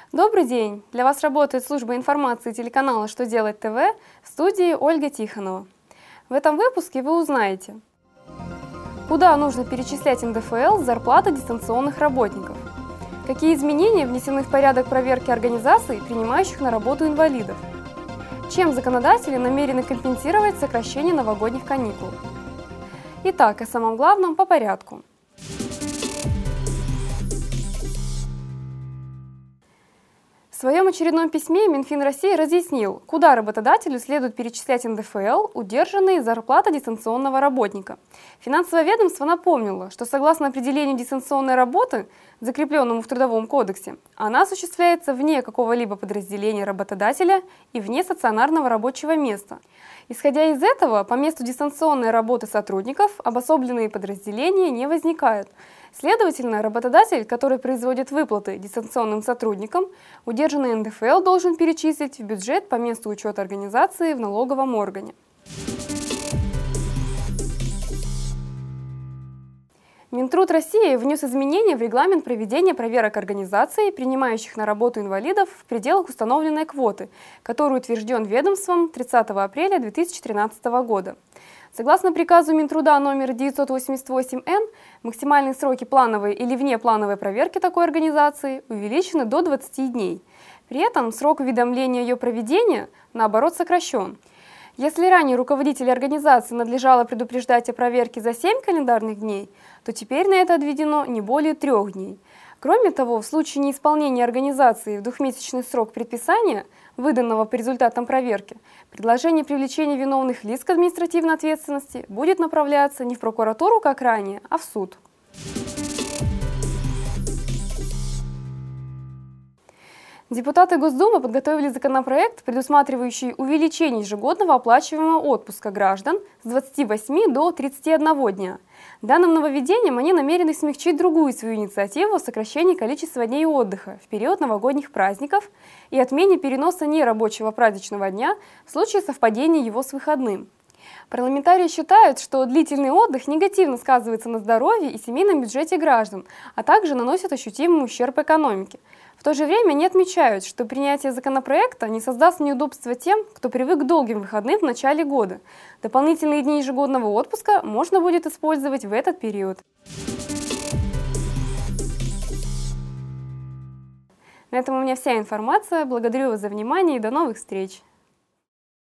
Добрый день! Для вас работает служба информации телеканала «Что делать ТВ», в студии Ольга Тихонова. В этом выпуске вы узнаете, куда нужно перечислять НДФЛ с зарплаты дистанционных работников, какие изменения внесены в порядок проверки организаций, принимающих на работу инвалидов, чем законодатели намерены компенсировать сокращение новогодних каникул. Итак, о самом главном по порядку. В своем очередном письме Минфин России разъяснил, куда работодателю следует перечислять НДФЛ, удержанные из зарплаты дистанционного работника. Финансовое ведомство напомнило, что согласно определению дистанционной работы, закрепленному в Трудовом кодексе, она осуществляется вне какого-либо подразделения работодателя и вне стационарного рабочего места. Исходя из этого, по месту дистанционной работы сотрудников обособленные подразделения не возникают. Следовательно, работодатель, который производит выплаты дистанционным сотрудникам, удержанный НДФЛ должен перечислить в бюджет по месту учета организации в налоговом органе. Минтруд России внес изменения в регламент проведения проверок организаций, принимающих на работу инвалидов в пределах установленной квоты, который утвержден ведомством 30 апреля 2013 года. Согласно приказу Минтруда номер 988-Н, максимальные сроки плановой или внеплановой проверки такой организации увеличены до 20 дней. При этом срок уведомления ее проведения, наоборот, сокращен. Если ранее руководителей организации надлежало предупреждать о проверке за 7 календарных дней, то теперь на это отведено не более 3 дней. Кроме того, в случае неисполнения организации в двухмесячный срок предписания, выданного по результатам проверки, предложение привлечения виновных лиц к административной ответственности будет направляться не в прокуратуру, как ранее, а в суд. Депутаты Госдумы подготовили законопроект, предусматривающий увеличение ежегодного оплачиваемого отпуска граждан с 28 до 31 дня. Данным нововведением они намерены смягчить другую свою инициативу о сокращении количества дней отдыха в период новогодних праздников и отмене переноса нерабочего праздничного дня в случае совпадения его с выходным. Парламентарии считают, что длительный отдых негативно сказывается на здоровье и семейном бюджете граждан, а также наносит ощутимый ущерб экономике. В то же время они отмечают, что принятие законопроекта не создаст неудобства тем, кто привык к долгим выходным в начале года. Дополнительные дни ежегодного отпуска можно будет использовать в этот период. На этом у меня вся информация. Благодарю вас за внимание и до новых встреч!